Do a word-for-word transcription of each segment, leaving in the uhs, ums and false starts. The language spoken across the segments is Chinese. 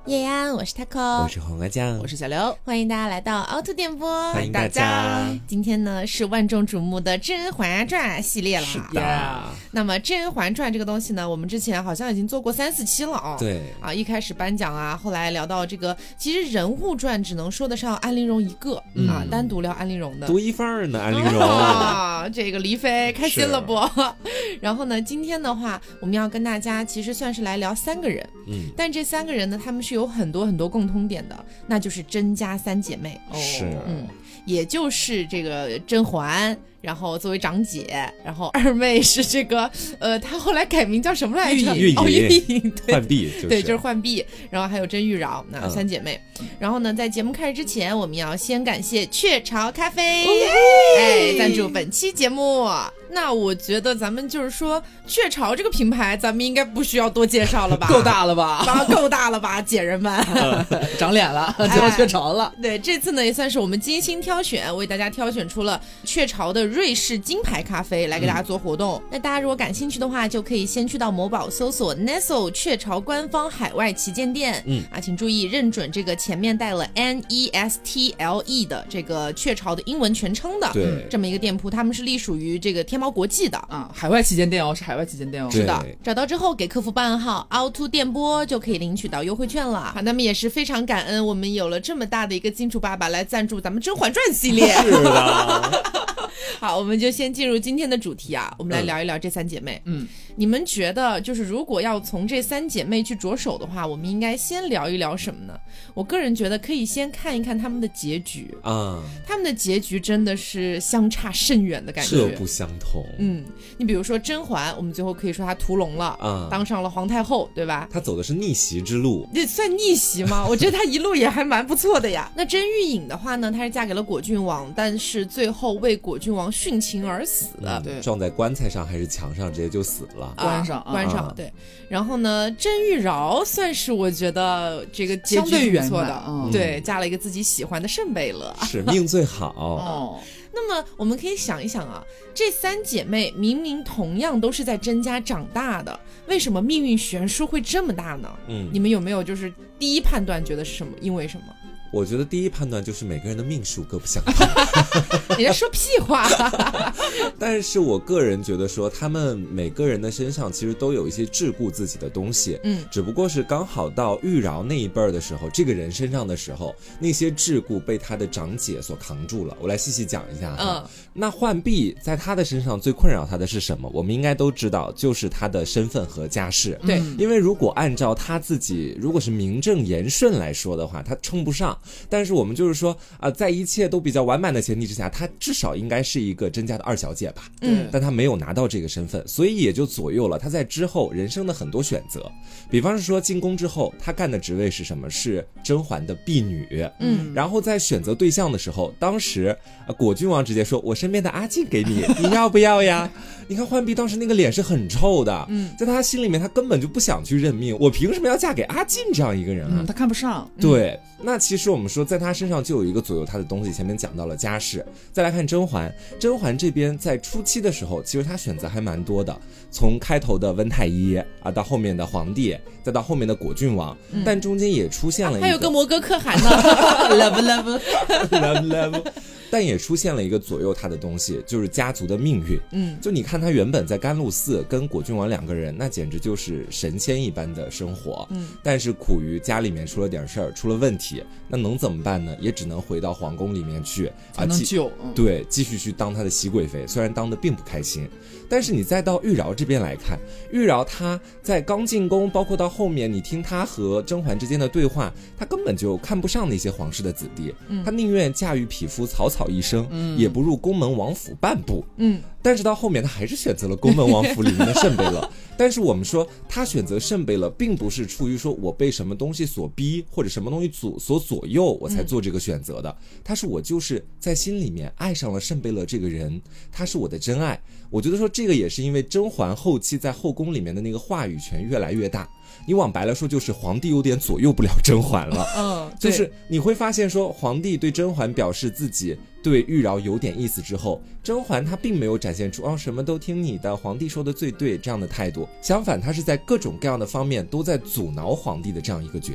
叶安，我是 Taco， 我是黄瓜酱， 我是小刘， 欢迎大家来到凹凸电波， 欢迎大家。 今天呢是万众瞩目的《甄嬛传》系列了。 是的。Yeah. 那么《甄嬛传》这个东西呢，我们之前好像已经做过三四期了啊。 对啊，一开始颁奖啊，后来聊到这个，其实人物传只能说得上安陵容一个、嗯、啊，单独聊安陵容的。 独一份儿呢，安陵容。 啊，这个黎妃开心了不？然后呢，今天的话，我们要跟大家其实算是来聊三个人， 嗯， 但这三个人呢，他们是有很多很多共通点的，那就是甄家三姐妹。 哦、是， 嗯，也就是这个甄嬛。然后作为长姐，然后二妹是这个，呃，她后来改名叫什么来着？ 玉哦，玉莹，对， 浣碧、就是， 对，就是浣碧。然后还有甄玉娆，那、嗯、三姐妹。然后呢，在节目开始之前，我们要先感谢雀巢咖啡，哦、哎，赞助本期节目。那我觉得咱们就是说，雀巢这个品牌，咱们应该不需要多介绍了吧？ 够大了吧？ 啊，够大了吧，姐人们， 长脸了，就要雀巢了、 哎。对，这次呢也算是我们精心挑选，为大家挑选出了雀巢的瑞士金牌咖啡来给大家做活动、嗯、那大家如果感兴趣的话，就可以先去到某宝搜索 Nestle 雀巢官方海外旗舰店，嗯啊，请注意认准这个前面带了 N E S T L E 的这个雀巢的英文全称的， 对， 这么一个店铺，他们是隶属于这个天猫国际的啊，海外旗舰店哦，是海外旗舰店哦， 是的，找到之后给客服报暗号凹凸电波就可以领取到优惠券了。好，那么也是非常感恩我们有了这么大的一个金主爸爸来赞助咱们甄嬛传系列， 是的。 好，我们就先进入今天的主题啊，我们来聊一聊这三姐妹。嗯，你们觉得就是如果要从这三姐妹去着手的话，我们应该先聊一聊什么呢？我个人觉得可以先看一看他们的结局啊，他们的结局真的是相差甚远的感觉， 这不相同。 嗯，你比如说甄嬛，我们最后可以说她屠龙了啊，当上了皇太后，对吧？ 她走的是逆袭之路， 这算逆袭吗？我觉得她一路也还蛮不错的呀。那甄玉颖的话呢，她是嫁给了果郡王，但是最后为果郡王殉情而死， 嗯、对，撞在棺材上还是墙上，直接就死了， 啊、关上关上、啊、对。然后呢，甄玉娆算是我觉得这个结局是不错的，嗯、对，嫁了一个自己喜欢的圣贝勒， 是命最好哦。那么我们可以想一想啊，这三姐妹明明同样都是在甄家长大的，为什么命运悬殊会这么大呢？嗯，你们有没有就是第一判断觉得是什么？因为什么？ 我觉得第一判断就是每个人的命数各不相同。 你在说屁话。 但是我个人觉得说他们每个人的身上其实都有一些桎梏自己的东西，嗯，只不过是刚好到玉娆那一辈儿的时候，这个人身上的时候，那些桎梏被他的长姐所扛住了。我来细细讲一下。嗯，那浣碧在他的身上最困扰他的是什么？我们应该都知道，就是他的身份和家世。 对， 因为如果按照他自己如果是名正言顺来说的话，他称不上。但是我们就是说啊、呃，在一切都比较完满的前提之下，她至少应该是一个甄家的二小姐吧。嗯，但她没有拿到这个身份，所以也就左右了她在之后人生的很多选择。比方是说进宫之后，她干的职位是什么？是甄嬛的婢女。嗯，然后在选择对象的时候，当时、呃、果郡王直接说：“我身边的阿静给你，你要不要呀？”你看浣碧当时那个脸是很臭的，嗯，在她心里面，她根本就不想去认命。我凭什么要嫁给阿静这样一个人啊？ 嗯，她看不上。 对。嗯，那其实我们说在她身上就有一个左右她的东西，前面讲到了家世。再来看甄嬛，甄嬛这边在初期的时候其实她选择还蛮多的，从开头的温太医啊，到后面的皇帝，再到后面的果郡王、嗯、但中间也出现了一个、啊、 还有个摩格可汗呢 love love love love 但也出现了一个左右他的东西，就是家族的命运。嗯，就你看他原本在甘露寺跟果郡王两个人，那简直就是神仙一般的生活。嗯，但是苦于家里面出了点事儿，出了问题，那能怎么办呢？也只能回到皇宫里面去， 才能救。 啊嗯、对，继续去当他的熹贵妃，虽然当的并不开心。但是你再到玉娆这边来看，玉娆她在刚进宫，包括到后面，你听她和甄嬛之间的对话，她根本就看不上那些皇室的子弟，嗯、她宁愿嫁与匹夫，草草一生，嗯、也不入宫门王府半步。嗯，但是到后面，她还是选择了宫门王府里面的圣贝勒。但是我们说，她选择圣贝勒，并不是出于说我被什么东西所逼，或者什么东西左所左右，我才做这个选择的。她是我就是在心里面爱上了圣贝勒这个人，他是我的真爱。我觉得说这个也是因为甄嬛后期在后宫里面的那个话语权越来越大，你往白了说就是皇帝有点左右不了甄嬛了。嗯，就是你会发现说皇帝对甄嬛表示自己对玉娆有点意思之后，甄嬛她并没有展现出哦什么都听你的，皇帝说的最对这样的态度，相反她是在各种各样的方面都在阻挠皇帝的这样一个决定。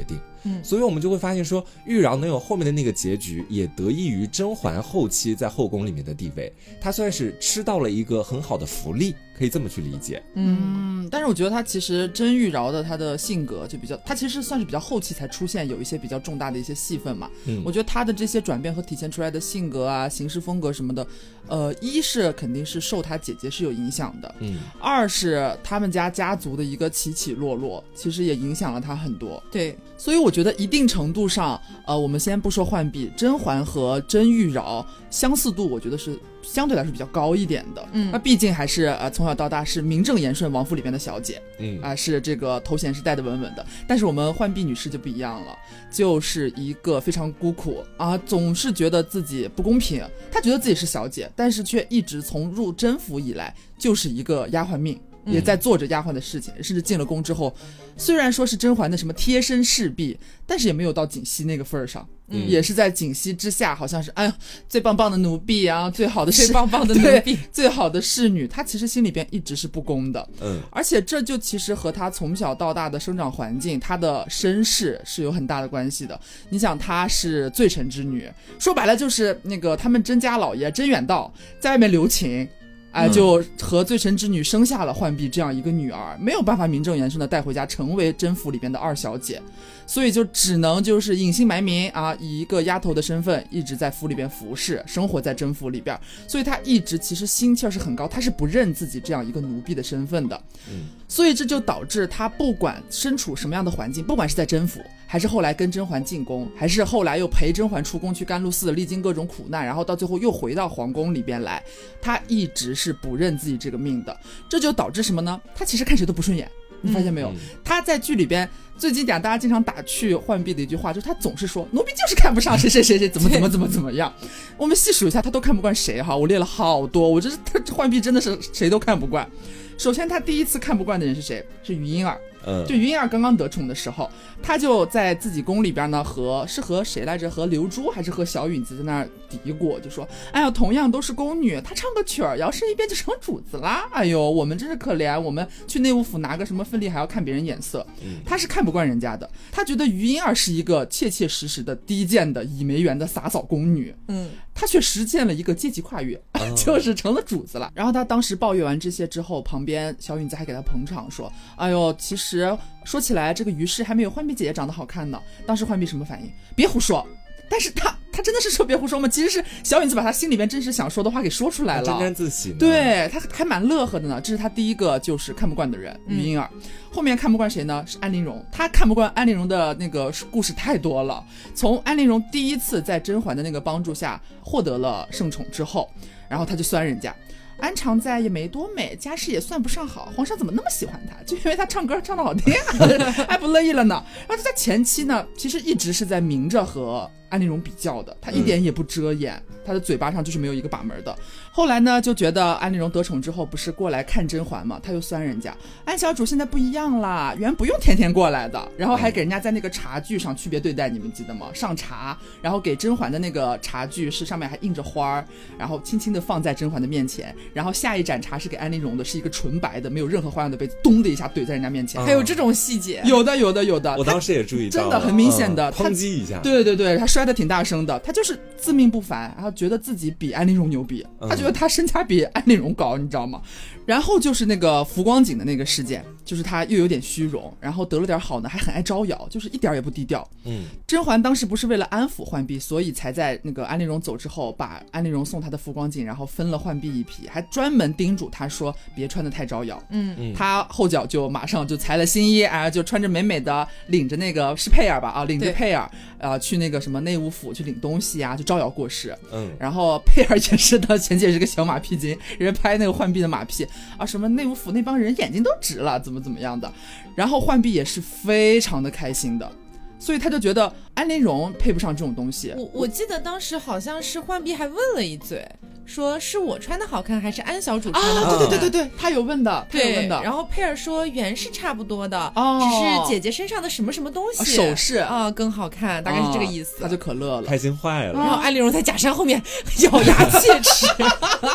嗯， 所以我们就会发现说，玉娆能有后面的那个结局，也得益于甄嬛后期在后宫里面的地位，她算是吃到了一个很好的福利，可以这么去理解。 嗯，但是我觉得她其实甄玉娆的她的性格就比较，她其实算是比较后期才出现，有一些比较重大的一些戏份嘛。嗯，我觉得她的这些转变和体现出来的性格啊、行事风格什么的，呃，一是肯定是受她姐姐是有影响的，嗯，二是他们家家族的一个起起落落，其实也影响了她很多。 对， 所以我觉得一定程度上，呃，我们先不说浣碧，甄嬛和甄玉娆相似度，我觉得是相对来说比较高一点的。嗯，那毕竟还是呃从小到大是名正言顺王府里面的小姐，嗯啊、呃、是这个头衔是戴得稳稳的。但是我们浣碧女士就不一样了，就是一个非常孤苦啊，总是觉得自己不公平。她觉得自己是小姐，但是却一直从入甄府以来就是一个丫鬟命。也在做着丫鬟的事情，甚至进了宫之后，虽然说是甄嬛的什么贴身侍婢，但是也没有到锦汐那个份儿上，嗯，也是在锦汐之下，好像是哎呀最棒棒的奴婢啊，最好的最棒棒的奴婢， 最好的侍女，她其实心里边一直是不公的，嗯，而且这就其实和她从小到大的生长环境，她的身世是有很大的关系的。你想，她是罪臣之女，说白了就是那个他们甄家老爷甄远道在外面留情。哎，就和罪臣之女生下了浣碧这样一个女儿，没有办法名正言顺的带回家成为甄府里边的二小姐，所以就只能就是隐姓埋名啊，以一个丫头的身份一直在府里边服侍，生活在甄府里边，所以她一直其实心气儿是很高，她是不认自己这样一个奴婢的身份的，嗯，所以这就导致她不管身处什么样的环境，不管是在甄府，还是后来跟甄嬛进宫，还是后来又陪甄嬛出宫去甘露寺历经各种苦难，然后到最后又回到皇宫里边来，她一直是不认自己这个命的。这就导致什么呢？她其实看谁都不顺眼，你发现没有？她、嗯、在剧里边最经典大家经常打趣浣碧的一句话，就是她总是说奴婢就是看不上谁谁谁谁怎么怎么怎么怎么样。我们细数一下她都看不惯谁哈，我列了好多，我这是她浣碧真的是谁都看不惯。首先她第一次看不惯的人是谁？是余莺儿。就余莺儿刚刚得宠的时候，她就在自己宫里边呢，和是和谁来着？和刘珠还是和小允子在那儿嘀咕，就说：“哎呀，同样都是宫女，她唱个曲儿，摇身一变就成主子啦！哎呦，我们真是可怜，我们去内务府拿个什么份例还要看别人眼色。”她是看不惯人家的，她觉得余莺儿是一个切切实实的低贱的倚梅园的洒扫宫女，嗯，她却实现了一个阶级跨越，哦、就是成了主子了。然后她当时抱怨完这些之后，旁边小允子还给她捧场说：“哎呦，其实。”说起来这个于氏还没有浣碧姐姐长得好看呢。当时浣碧什么反应？别胡说。但是他他真的是说别胡说吗？其实是小允子把他心里边真实想说的话给说出来了， 沾沾自喜呢。 对，他还蛮乐呵的呢。这是他第一个就是看不惯的人，余莺儿。后面看不惯谁呢？是安陵容。他看不惯安陵容的那个故事太多了。从安陵容第一次在甄嬛的那个帮助下获得了圣宠之后，然后他就酸人家。安常在也没多美，家世也算不上好，皇上怎么那么喜欢她？就因为她唱歌唱得好听，还不乐意了呢。然后他在前期呢，其实一直是在明着和安陵容比较的，他一点也不遮掩，他、嗯、的嘴巴上就是没有一个把门的。后来呢，就觉得安陵容得宠之后，不是过来看甄嬛嘛，他又酸人家，安小主现在不一样啦，原不用天天过来的，然后还给人家在那个茶具上区别对待，你们记得吗？上茶，然后给甄嬛的那个茶具是上面还印着花，然后轻轻的放在甄嬛的面前，然后下一盏茶是给安陵容的，是一个纯白的没有任何花样的杯子，咚的一下怼在人家面前、 嗯、还有这种细节？ 有的有的有的， 我当时也注意到了， 真的很明显的、 嗯、抨击一下。 对对对，他摔得挺大声的，他就是自命不凡，然后觉得自己比安陵容牛逼，他觉得他身价比安陵容高，你知道吗？然后就是那个浮光景的那个事件，就是他又有点虚荣，然后得了点好呢，还很爱招摇，就是一点也不低调。嗯，甄嬛当时不是为了安抚浣碧，所以才在那个安陵容走之后，把安陵容送她的浮光景，然后分了浣碧一匹，还专门叮嘱她说别穿得太招摇。嗯，她后脚就马上就裁了新衣，啊，就穿着美美的，领着那个是佩儿吧，啊，领着佩儿，呃，去那个什么内务府去领东西啊，就招摇过市。嗯，然后佩儿也是的，前期也是个小马屁精，人家拍那个浣碧的马屁啊，什么内务府那帮人眼睛都直了，怎么怎么样的，然后浣碧也是非常的开心的。所以他就觉得安陵容配不上这种东西。 我我记得当时好像是浣碧还问了一嘴，说是我穿的好看还是安小主穿的好看？ 啊，对对对对对，他有问的，他有问的。 然后佩儿说原是差不多的，哦，只是姐姐身上的什么什么东西，啊、 首饰啊更好看，大概是这个意思。 啊、他就可乐了， 开心坏了。 然后安陵容在假山后面咬牙切齿。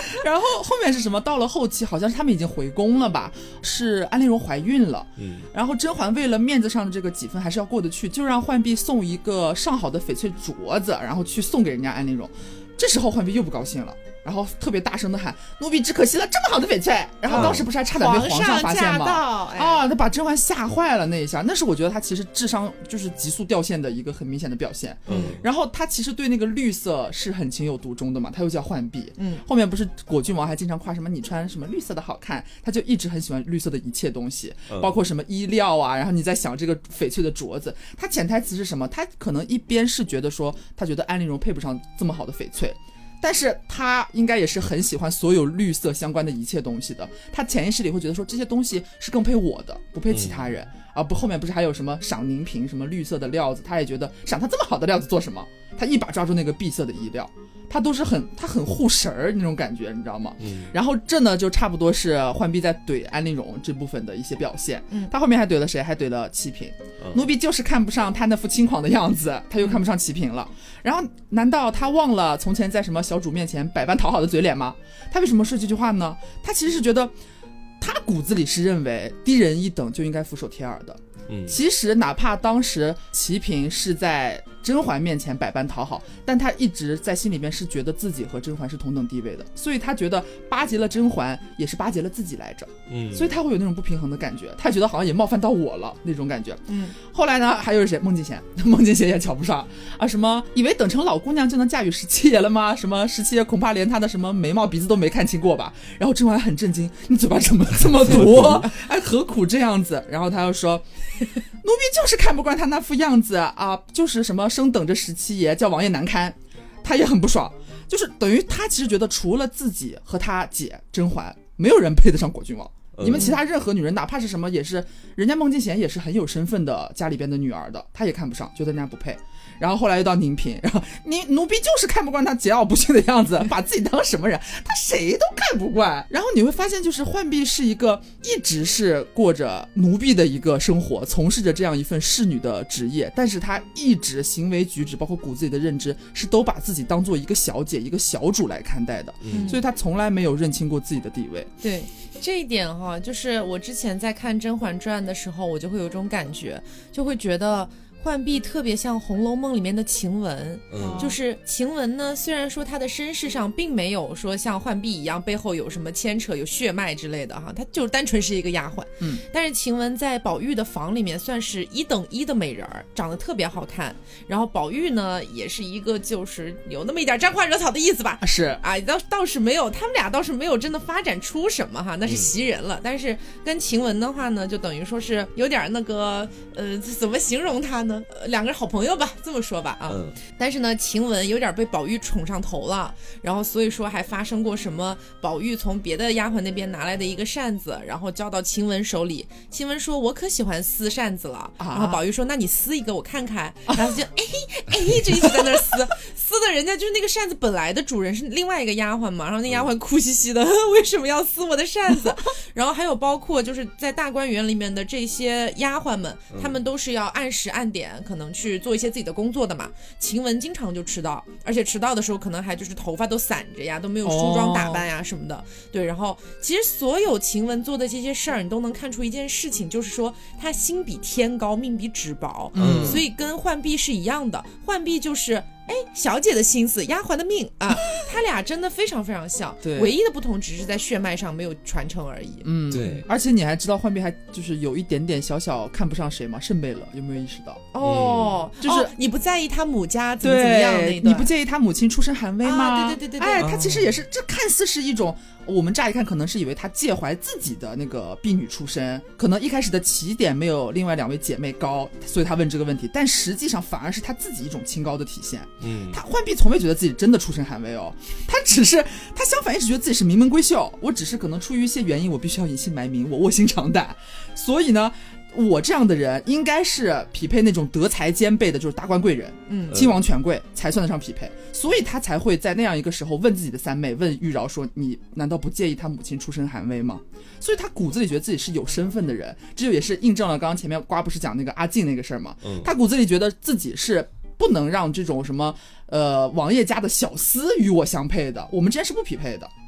然后后面是什么？到了后期，好像是他们已经回宫了吧？是安陵容怀孕了，嗯，然后甄嬛为了面子上的这个几分还是要过得去，就让浣碧送一个上好的翡翠镯子，然后去送给人家安陵容。这时候浣碧又不高兴了。然后特别大声的喊奴婢只可惜了这么好的翡翠，然后当时不是还差点被皇上发现吗？啊、哎，他把甄嬛吓坏了那一下，那是我觉得他其实智商就是急速掉线的一个很明显的表现。嗯，然后他其实对那个绿色是很情有独钟的嘛，他又叫浣碧。嗯，后面不是果郡王还经常夸什么你穿什么绿色的好看，他就一直很喜欢绿色的一切东西，嗯、包括什么衣料啊，然后你在想这个翡翠的镯子，他潜台词是什么？他可能一边是觉得说他觉得安陵容配不上这么好的翡翠。但是他应该也是很喜欢所有绿色相关的一切东西的，他潜意识里会觉得说这些东西是更配我的，不配其他人、嗯、啊不，后面不是还有什么赏宁嫔什么绿色的料子，他也觉得赏他这么好的料子做什么，他一把抓住那个碧色的衣料，他都是很他很护神儿那种感觉，你知道吗？嗯，然后这呢就差不多是浣碧在怼安陵容这部分的一些表现。嗯，他后面还怼了谁？还怼了齐嫔。嗯、奴婢就是看不上他那副轻狂的样子，他又看不上齐嫔了。然后难道他忘了从前在什么小主面前百般讨好的嘴脸吗？他为什么说这句话呢？他其实是觉得他骨子里是认为低人一等就应该俯首帖耳的。嗯，其实哪怕当时齐嫔是在甄嬛面前百般讨好，但他一直在心里面是觉得自己和甄嬛是同等地位的，所以他觉得巴结了甄嬛也是巴结了自己来着。嗯，所以他会有那种不平衡的感觉，他觉得好像也冒犯到我了那种感觉。嗯，后来呢还有谁？孟静娴，孟静娴也瞧不上啊，什么以为等成老姑娘就能驾驭十七爷了吗？什么十七爷恐怕连他的什么眉毛鼻子都没看清过吧？然后甄嬛很震惊，你嘴巴怎么这么毒？哎，何苦这样子？然后他又说奴婢就是看不惯他那副样子啊，就是什么生等着十七爷叫王爷难堪，他也很不爽，就是等于他其实觉得除了自己和他姐甄嬛，没有人配得上果郡王。你们其他任何女人哪怕是什么也是，人家孟静娴也是很有身份的家里边的女儿的，她也看不上，觉得人家不配。然后后来又到宁嫔，然后你奴婢就是看不惯她桀骜不驯的样子，把自己当什么人，她谁都看不惯。然后你会发现就是浣碧是一个一直是过着奴婢的一个生活，从事着这样一份侍女的职业，但是她一直行为举止包括骨子里的认知是都把自己当做一个小姐一个小主来看待的、嗯、所以她从来没有认清过自己的地位。 对这一点哈，就是我之前在看《甄嬛传》的时候，我就会有一种感觉，就会觉得浣碧特别像《红楼梦》里面的晴雯、嗯、就是晴雯呢，虽然说她的身世上并没有说像浣碧一样背后有什么牵扯有血脉之类的哈，她就单纯是一个丫鬟。嗯，但是晴雯在宝玉的房里面算是一等一的美人儿，长得特别好看，然后宝玉呢也是一个就是有那么一点沾花惹草的意思吧， 是啊，倒倒是没有，他们俩倒是没有真的发展出什么哈，那是袭人了、嗯、但是跟晴雯的话呢就等于说是有点那个呃怎么形容她呢，呃，两个人好朋友吧，这么说吧啊、嗯。但是呢，晴雯有点被宝玉宠上头了，然后所以说还发生过什么？宝玉从别的丫鬟那边拿来的一个扇子，然后交到晴雯手里。晴雯说：“我可喜欢撕扇子了。啊”然后宝玉说：“那你撕一个我看看。”然后就哎哎，这一起在那撕，撕的人家就是那个扇子本来的主人是另外一个丫鬟嘛，然后那丫鬟哭兮兮的，为什么要撕我的扇子？然后还有包括就是在大观园里面的这些丫鬟们，他们都是要按时按点可能去做一些自己的工作的嘛。晴雯经常就迟到，而且迟到的时候可能还就是头发都散着呀，都没有梳妆打扮呀什么的、哦、对。然后其实所有晴雯做的这些事儿你都能看出一件事情，就是说她心比天高命比纸薄。嗯，所以跟浣碧是一样的，浣碧就是哎，小姐的心思，丫鬟的命啊，他俩真的非常非常像，对，唯一的不同只是在血脉上没有传承而已。 嗯，对。而且你还知道浣碧还就是有一点点小小看不上谁吗？圣贝勒，有没有意识到？ 哦， 嗯、就是、 哦、你不在意他母家怎么怎么样那一段， 你不介意他母亲出身寒微吗？ 啊、对对对对对。 哎，他其实也是，这看似是一种。我们乍一看可能是以为她介怀自己的那个婢女出身，可能一开始的起点没有另外两位姐妹高，所以她问这个问题，但实际上反而是她自己一种清高的体现。嗯，她浣碧从未觉得自己真的出身寒微哦，她只是她相反一直觉得自己是名门闺秀，我只是可能出于一些原因我必须要隐姓埋名，我卧薪尝胆，所以呢我这样的人应该是匹配那种德才兼备的，就是达官贵人，嗯，亲王权贵才算得上匹配，所以他才会在那样一个时候问自己的三妹，问玉娆说：“你难道不介意他母亲出身寒微吗？”所以他骨子里觉得自己是有身份的人，这就也是印证了刚刚前面瓜不是讲那个阿静那个事儿吗？嗯，他骨子里觉得自己是不能让这种什么呃王爷家的小厮与我相配的，我们之间是不匹配的。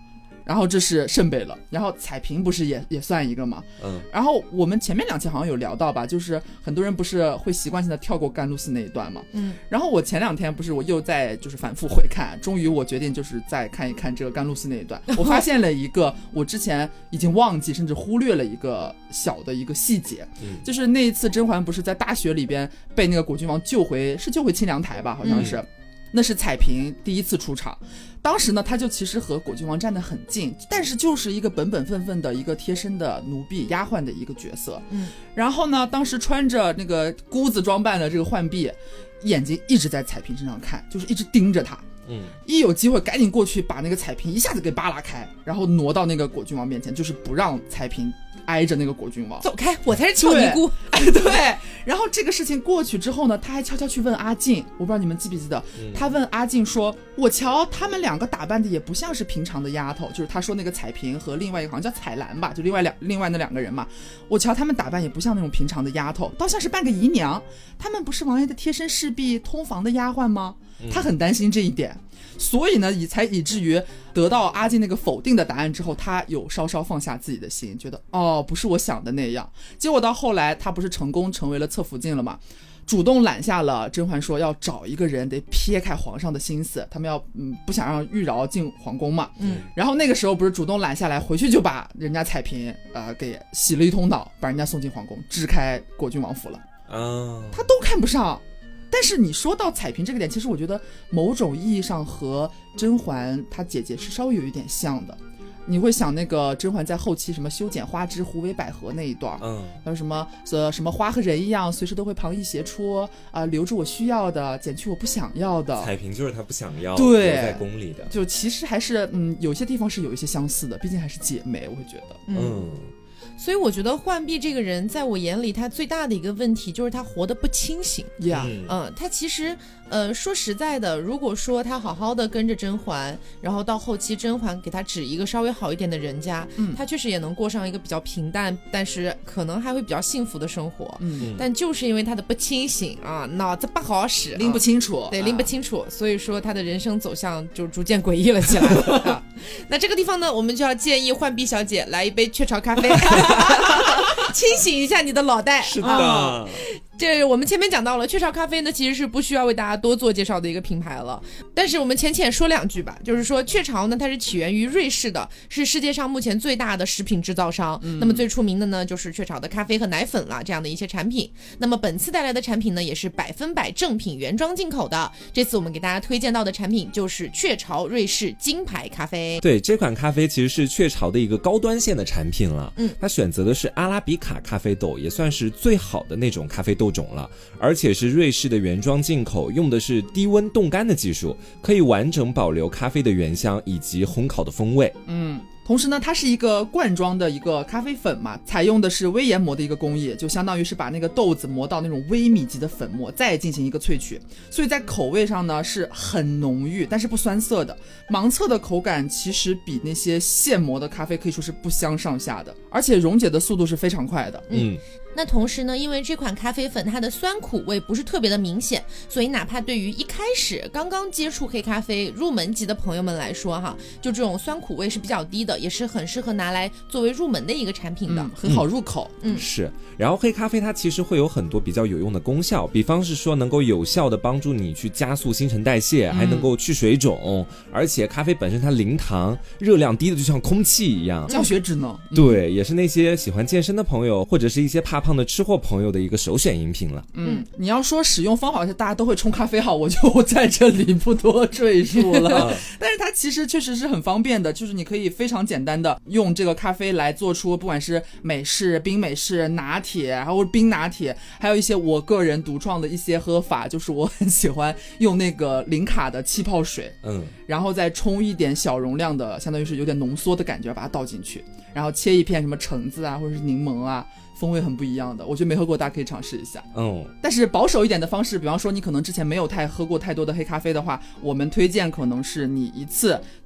然后这是圣贝勒，然后彩屏不是也也算一个吗？嗯，然后我们前面两期好像有聊到吧，就是很多人不是会习惯性的跳过甘露寺那一段嘛，嗯，然后我前两天不是我又在就是反复回看，终于我决定就是再看一看这个甘露寺那一段，我发现了一个我之前已经忘记甚至忽略了一个小的一个细节，嗯，就是那一次甄嬛不是在大雪里边被那个果郡王救回，是救回清凉台吧，好像是。嗯，那是彩屏第一次出场，当时呢他就其实和果郡王站得很近，但是就是一个本本分分的一个贴身的奴婢丫鬟的一个角色，嗯，然后呢当时穿着那个姑子装扮的这个浣婢眼睛一直在彩屏身上看，就是一直盯着他，嗯，一有机会赶紧过去把那个彩屏一下子给扒拉开，然后挪到那个果郡王面前，就是不让彩屏挨着那个果郡王， 走开，我才是俏尼姑。 对, 对，然后这个事情过去之后呢，他还悄悄去问阿静，我不知道你们记不记得，嗯，他问阿静说，我瞧他们两个打扮的也不像是平常的丫头，就是他说那个彩屏和另外一个好像叫彩兰吧，就另外两另外那两个人嘛，我瞧他们打扮也不像那种平常的丫头，倒像是半个姨娘，他们不是王爷的贴身侍婢通房的丫鬟吗？他很担心这一点，所以呢以才以至于得到阿静那个否定的答案之后，他有稍稍放下自己的心，觉得哦不是我想的那样。结果到后来他不是成功成为了侧福晋了吗，主动揽下了甄嬛说要找一个人得撇开皇上的心思，他们要嗯不想让玉娆进皇宫嘛，嗯，然后那个时候不是主动揽下来，回去就把人家彩屏呃给洗了一通脑，把人家送进皇宫，支开果郡王府了，啊，他都看不上。但是你说到彩屏这个点，其实我觉得某种意义上和甄嬛她姐姐是稍微有一点像的。你会想那个甄嬛在后期什么修剪花枝狐尾百合那一段，嗯，还有什么呃什么花和人一样，随时都会旁逸斜出啊、呃，留住我需要的，减去我不想要的。 彩屏就是她不想要， 对， 留在宫里的。 就其实还是嗯，有些地方是有一些相似的，毕竟还是姐妹，我会觉得，嗯。 嗯，所以我觉得浣碧这个人在我眼里他最大的一个问题就是他活得不清醒呀， yeah, 嗯，他其实呃说实在的，如果说他好好的跟着甄嬛，然后到后期甄嬛给他指一个稍微好一点的人家，嗯，他确实也能过上一个比较平淡但是可能还会比较幸福的生活，嗯，但就是因为他的不清醒啊，脑子不好使， 拎不清楚， 啊、对，拎不清楚，所以说他的人生走向就逐渐诡异了起来、啊、那这个地方呢，我们就要建议浣碧小姐来一杯雀巢咖啡清醒一下你的脑袋。 是的、 啊、这我们前面讲到了雀巢咖啡呢其实是不需要为大家多做介绍的一个品牌了，但是我们浅浅说两句吧，就是说雀巢呢它是起源于瑞士的，是世界上目前最大的食品制造商、嗯、那么最出名的呢就是雀巢的咖啡和奶粉啦这样的一些产品，那么本次带来的产品呢也是百分百正品原装进口的，这次我们给大家推荐到的产品就是雀巢瑞士金牌咖啡。 对，这款咖啡其实是雀巢的一个高端线的产品了，嗯，它选择的是阿拉比卡咖啡豆，也算是最好的那种咖啡豆种了，而且是瑞士的原装进口，用的是低温冻干的技术，可以完整保留咖啡的原香以及烘烤的风味。 嗯，同时呢它是一个罐装的一个咖啡粉嘛，采用的是微研磨的一个工艺，就相当于是把那个豆子磨到那种微米级的粉末，再进行一个萃取，所以在口味上呢是很浓郁但是不酸涩的，盲测的口感其实比那些现磨的咖啡可以说是不相上下的，而且溶解的速度是非常快的。 嗯，那同时呢，因为这款咖啡粉它的酸苦味不是特别的明显，所以哪怕对于一开始刚刚接触黑咖啡入门级的朋友们来说哈，就这种酸苦味是比较低的，也是很适合拿来作为入门的一个产品的、 嗯、很好入口。 嗯，是。然后黑咖啡它其实会有很多比较有用的功效，比方是说能够有效的帮助你去加速新陈代谢、嗯、还能够去水肿，而且咖啡本身它零糖，热量低的就像空气一样， 教学职能、 嗯、对，也是那些喜欢健身的朋友或者是一些怕胖的吃货朋友的一个首选饮品了。 嗯，你要说使用方法大家都会冲咖啡好，我就在这里不多赘述了但是它其实确实是很方便的，就是你可以非常简单的用这个咖啡来做出不管是美式、冰美式、拿铁还有冰拿铁，还有一些我个人独创的一些喝法，就是我很喜欢用那个零卡的气泡水，嗯，然后再冲一点小容量的相当于是有点浓缩的感觉把它倒进去，然后切一片什么橙子啊或者是柠檬啊，风味很不一样的，我觉得没喝过大家可以尝试一下。嗯，但是保守一点的方式，比方说你可能之前没有太喝过太多的黑咖啡的话，我们推荐可能是你一次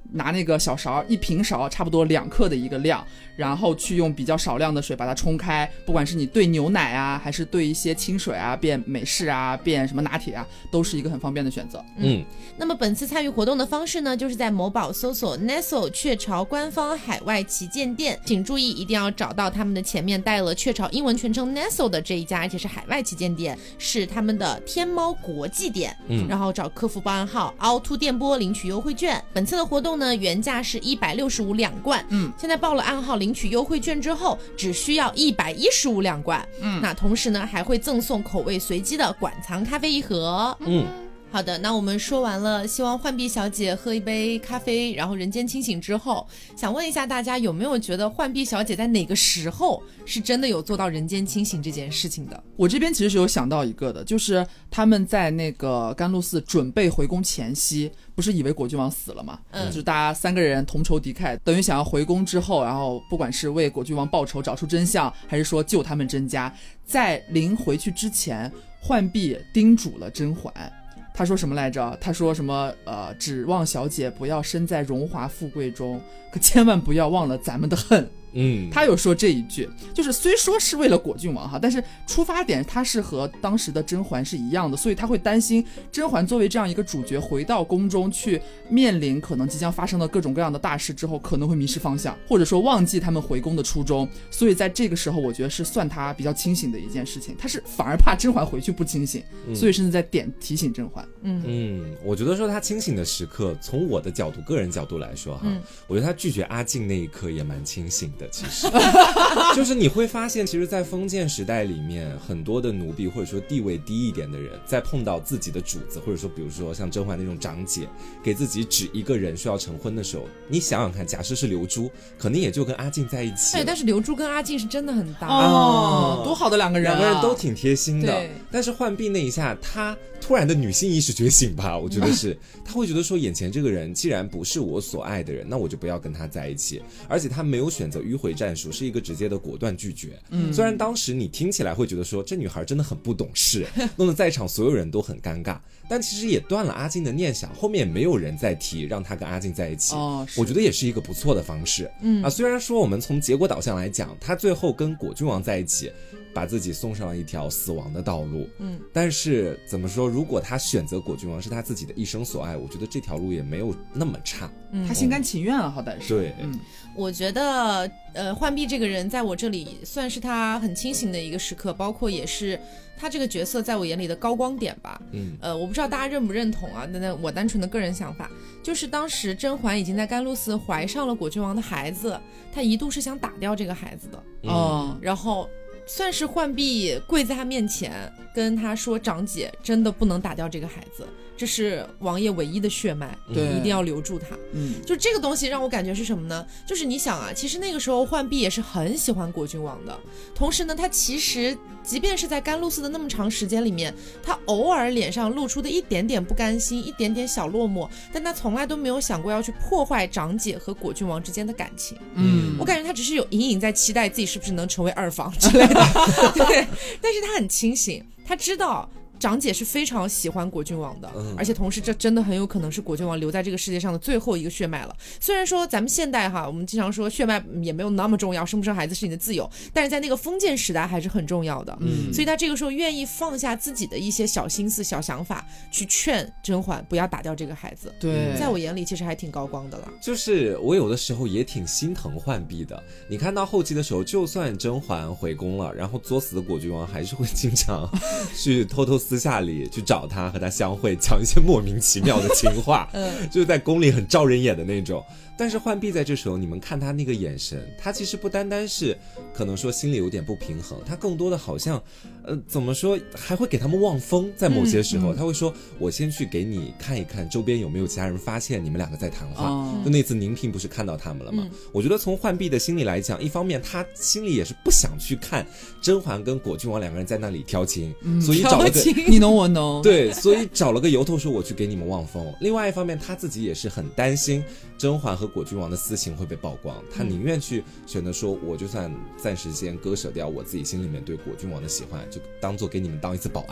拿那个小勺，一平勺差不多两克的一个量，然后去用比较少量的水把它冲开，不管是你兑牛奶啊，还是兑一些清水啊，变美式啊，变什么拿铁啊，都是一个很方便的选择。 嗯，那么本次参与活动的方式呢，就是在某宝搜索 Nestle 雀巢官方海外旗舰店，请注意一定要找到他们的前面带了雀巢英文全称 Nestle 的这一家，而且是海外旗舰店，是他们的天猫国际店。嗯，然后找客服报暗号凹凸电波领取优惠券。本次的活动呢，原价是一百六十五两罐，嗯，现在报了暗号领取优惠券之后，只需要一百一十五两罐。嗯，那同时呢，还会赠送口味随机的馆藏咖啡一盒。嗯。好的，那我们说完了，希望浣碧小姐喝一杯咖啡，然后人间清醒之后，想问一下大家有没有觉得浣碧小姐在哪个时候是真的有做到人间清醒这件事情的？ 我这边其实是有想到一个的，就是他们在那个甘露寺准备回宫前夕，不是以为果郡王死了吗？嗯，就是大家三个人同仇敌忾，等于想要回宫之后，然后不管是为果郡王报仇找出真相，还是说救他们甄家，在临回去之前，浣碧叮嘱了甄嬛。他说什么来着？他说什么呃，指望小姐不要身在荣华富贵中，可千万不要忘了咱们的恨。嗯，他有说这一句，就是虽说是为了果郡王哈，但是出发点他是和当时的甄嬛是一样的，所以他会担心甄嬛作为这样一个主角回到宫中去面临可能即将发生的各种各样的大事之后，可能会迷失方向，或者说忘记他们回宫的初衷，所以在这个时候我觉得是算他比较清醒的一件事情，他是反而怕甄嬛回去不清醒，嗯、所以甚至在点提醒甄嬛。 嗯嗯，我觉得说他清醒的时刻，从我的角度个人角度来说哈、嗯，我觉得他拒绝阿静那一刻也蛮清醒的。其实就是你会发现，其实在封建时代里面，很多的奴婢或者说地位低一点的人，在碰到自己的主子，或者说比如说像甄嬛那种长姐给自己指一个人需要成婚的时候，你想想看，假设是刘珠，可能也就跟阿静在一起。 对，但是刘珠跟阿静是真的很搭哦，多好的两个人、啊、 两个人都挺贴心的。但是浣碧那一下，她突然的女性意识觉醒吧，我觉得是她会觉得说，眼前这个人既然不是我所爱的人，那我就不要跟他在一起。而且她没有选择迂回战术，是一个直接的果断拒绝。嗯，虽然当时你听起来会觉得说，这女孩真的很不懂事，弄得在场所有人都很尴尬，但其实也断了阿静的念想，后面也没有人再提让她跟阿静在一起。哦，我觉得也是一个不错的方式。嗯啊，虽然说我们从结果导向来讲，她最后跟果郡王在一起，把自己送上了一条死亡的道路。嗯，但是怎么说，如果她选择果郡王是她自己的一生所爱，我觉得这条路也没有那么差。 嗯，她心甘情愿啊，好歹是。 对， 嗯， 我觉得呃，浣碧这个人在我这里算是她很清醒的一个时刻，包括也是她这个角色在我眼里的高光点吧。嗯，呃，我不知道大家认不认同啊，那我单纯的个人想法，就是当时甄嬛已经在甘露寺怀上了果郡王的孩子，她一度是想打掉这个孩子的。哦、嗯，然后算是浣碧跪在他面前跟他说，长姐真的不能打掉这个孩子，这是王爷唯一的血脉，对，一定要留住他。嗯，就这个东西让我感觉是什么呢？就是你想啊，其实那个时候浣碧也是很喜欢果郡王的，同时呢，他其实即便是在甘露寺的那么长时间里面，他偶尔脸上露出的一点点不甘心，一点点小落寞，但他从来都没有想过要去破坏长姐和果郡王之间的感情。嗯，我感觉他只是有隐隐在期待自己是不是能成为二房之类的。对，但是他很清醒，他知道长姐是非常喜欢果郡王的、嗯、而且同时这真的很有可能是果郡王留在这个世界上的最后一个血脉了。虽然说咱们现代哈，我们经常说血脉也没有那么重要，生不生孩子是你的自由，但是在那个封建时代还是很重要的。嗯，所以他这个时候愿意放下自己的一些小心思小想法，去劝甄嬛不要打掉这个孩子。 对， 在我眼里其实还挺高光的了。 就是我有的时候也挺心疼浣碧的，你看到后期的时候，就算甄嬛回宫了，然后作死的果郡王还是会经常去偷偷私下里去找他，和他相会，讲一些莫名其妙的情话，嗯，就是在宫里很招人眼的那种。但是浣碧在这时候，你们看他那个眼神，他其实不单单是可能说心里有点不平衡，他更多的好像呃，怎么说，还会给他们望风。在某些时候、嗯嗯、他会说，我先去给你看一看周边有没有其他人发现你们两个在谈话、哦、就那次宁嫔不是看到他们了吗、嗯、我觉得从浣碧的心里来讲，一方面他心里也是不想去看甄嬛跟果郡王两个人在那里调情、嗯、所以找了个你侬我侬， 对，所以找了个由头说我去给你们望风。另外一方面他自己也是很担心甄嬛和果郡王的私情会被曝光，他宁愿去选择说，我就算暂时先割舍掉我自己心里面对果郡王的喜欢，就当做给你们当一次保安。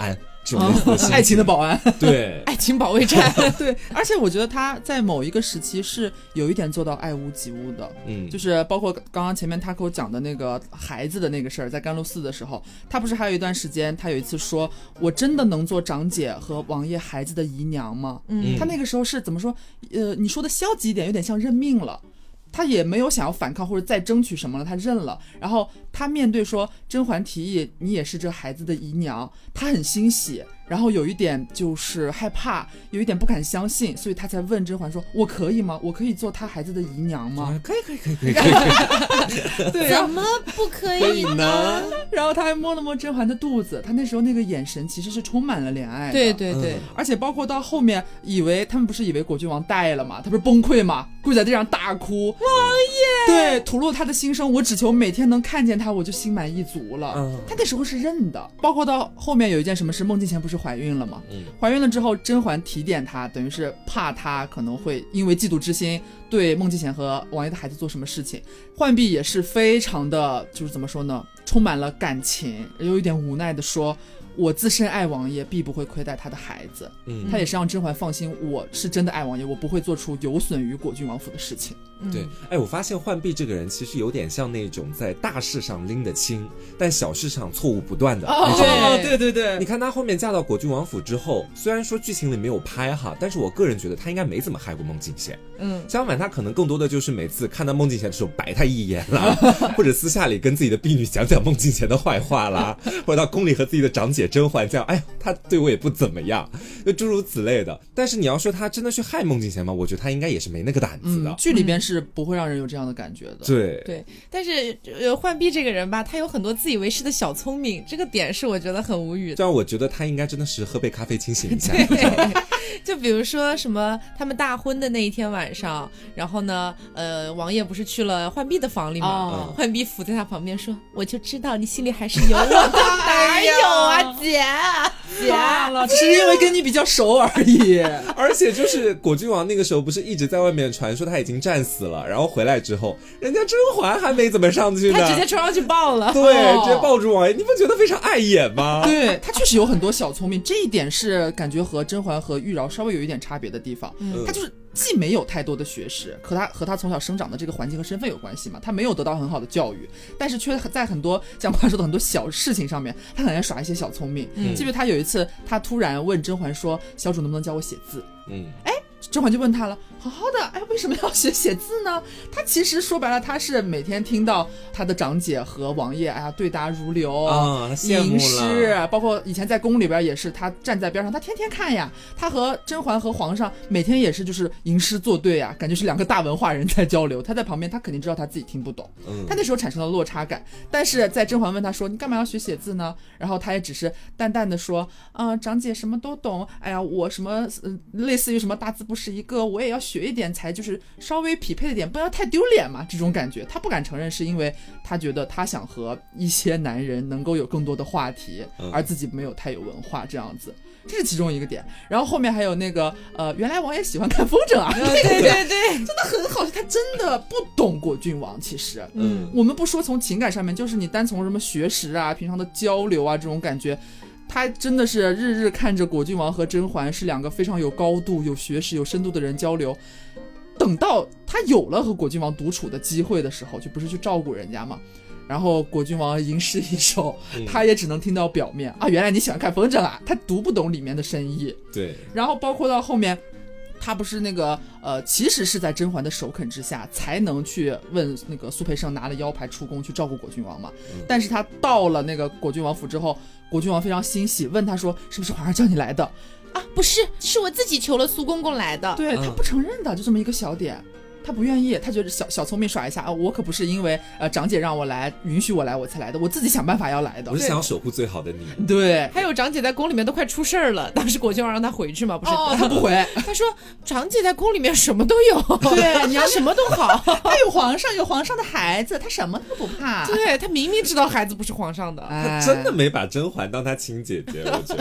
这种类似的心情、 哦、爱情的保安， 对， 爱情保卫战， 对，而且我觉得他在某一个时期是有一点做到爱屋及乌的，嗯，就是包括刚刚前面 Taco 讲的那个孩子的那个事儿，在甘露寺的时候，他不是还有一段时间，他有一次说，我真的能做长姐和王爷孩子的姨娘吗？嗯，他那个时候是怎么说？呃，你说的消极一点，有点像认命了。他也没有想要反抗或者再争取什么了，他认了。然后他面对说甄嬛提议你也是这孩子的姨娘，他很欣喜，然后有一点就是害怕，有一点不敢相信，所以他才问甄嬛说我可以吗？我可以做他孩子的姨娘吗？ 可以可以可以可以可以对、啊、怎么不可以呢？ 然后他还摸了摸甄嬛的肚子，他那时候那个眼神其实是充满了怜爱的。 对对对、 嗯、而且包括到后面以为他们不是以为果郡王带了吗？他不是崩溃吗？跪在地上大哭，王爷，对，吐露他的心声，我只求每天能看见他我就心满意足了、嗯、他那时候是认的。包括到后面有一件什么事，孟静娴不是怀孕了吗、嗯、怀孕了之后甄嬛提点他，等于是怕他可能会因为嫉妒之心对孟静娴和王爷的孩子做什么事情。浣碧也是非常的就是怎么说呢，充满了感情，有一点无奈的说我自身爱王爷必不会亏待他的孩子、嗯、他也是让甄嬛放心，我是真的爱王爷，我不会做出有损于果郡王府的事情。 对，哎，我发现浣碧这个人其实有点像那种在大事上拎得清，但小事上错误不断的那种人。 哦，对对对， 你看她后面嫁到果郡王府之后，虽然说剧情里没有拍哈，但是我个人觉得她应该没怎么害过孟静娴。嗯，相反，她可能更多的就是每次看到孟静娴的时候白她一眼啦，或者私下里跟自己的婢女讲讲孟静娴的坏话啦，或者到宫里和自己的长姐甄嬛这样，哎呀，她对我也不怎么样，就诸如此类的。但是你要说她真的去害孟静娴吗？我觉得她应该也是没那个胆子的。 嗯、剧里边是不会让人有这样的感觉的。 对对，但是呃，浣碧这个人吧，他有很多自以为是的小聪明，这个点是我觉得很无语的。 这样我觉得他应该真的是喝杯咖啡清醒一下。 就比如说什么他们大婚的那一天晚上，然后呢呃王爷不是去了浣碧的房里吗？浣碧伏在他旁边说我就知道你心里还是有我的。哪有啊姐姐了，只是因为跟你比较熟而已。 而且就是果郡王那个时候不是一直在外面传说他已经战死了，然后回来之后人家甄嬛还没怎么上去呢， 他直接冲上去抱了。 对、哦、直接抱住王爷，你不觉得非常碍眼吗？ 对，他确实有很多小聪明，这一点是感觉和甄嬛和玉娆稍微有一点差别的地方。嗯，他就是既没有太多的学识，和他和他从小生长的这个环境和身份有关系嘛，他没有得到很好的教育，但是却在很多像瓜说的很多小事情上面他很爱耍一些小聪明。嗯，记得他有一次他突然问甄嬛说小主能不能教我写字。嗯，哎，甄嬛就问他了，好好的，哎，为什么要学写字呢？他其实说白了，他是每天听到他的长姐和王爷，哎呀，对答如流啊， 吟诗，包括以前在宫里边也是，他站在边上，他天天看呀。他和甄嬛和皇上每天也是就是吟诗作对呀，感觉是两个大文化人在交流。他在旁边，他肯定知道他自己听不懂，嗯，他那时候产生了落差感。但是在甄嬛问他说：“你干嘛要学写字呢？”然后他也只是淡淡的说：“啊、呃，长姐什么都懂，哎呀，我什么、呃、类似于什么大字不识一个，我也要学一点，才就是稍微匹配一点，不要太丢脸嘛。”这种感觉，他不敢承认，是因为他觉得他想和一些男人能够有更多的话题，而自己没有太有文化这样子。这是其中一个点，然后后面还有那个呃，原来王爷喜欢看风筝啊， 对对对对， 真的很好，他真的不懂果郡王。其实，嗯，我们不说从情感上面，就是你单从什么学识啊、平常的交流啊这种感觉，他真的是日日看着果郡王和甄嬛是两个非常有高度、有学识、有深度的人交流。等到他有了和果郡王独处的机会的时候，就不是去照顾人家嘛。然后果郡王吟诗一首，他也只能听到表面、嗯、啊，原来你喜欢看风筝啊，他读不懂里面的深意。 对， 然后包括到后面他不是那个呃，其实是在甄嬛的首肯之下才能去问那个苏培盛拿了腰牌出宫去照顾果郡王嘛、嗯、但是他到了那个果郡王府之后，果郡王非常欣喜，问他说是不是皇上叫你来的啊？不是，是我自己求了苏公公来的。 对，他不承认的，就这么一个小点，他不愿意，他觉得小小聪明耍一下啊，我可不是因为呃长姐让我来，允许我来我才来的，我自己想办法要来的。 我是想要守护最好的你。 对， 还有长姐在宫里面都快出事儿了，当时果郡王让他回去嘛，不是？ 哦，他不回， 他说长姐在宫里面什么都有， 对， 你要什么都好， 他有皇上，有皇上的孩子，他什么都不怕。 对，他明明知道孩子不是皇上的， 他真的没把甄嬛当他亲姐姐，我觉得。